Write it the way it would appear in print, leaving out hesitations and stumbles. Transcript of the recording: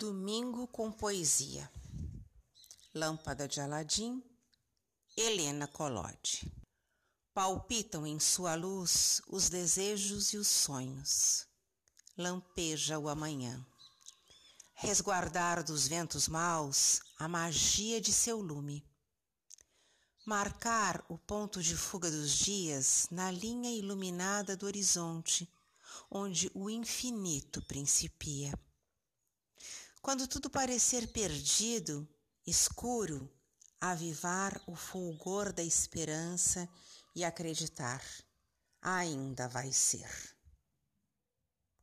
Domingo com poesia. Lâmpada de Aladim, Helena Collodi. Palpitam em sua luz os desejos e os sonhos. Lampeja o amanhã. Resguardar dos ventos maus a magia de seu lume. Marcar o ponto de fuga dos dias na linha iluminada do horizonte, onde o infinito principia. Quando tudo parecer perdido, escuro, avivar o fulgor da esperança e acreditar, ainda vai ser.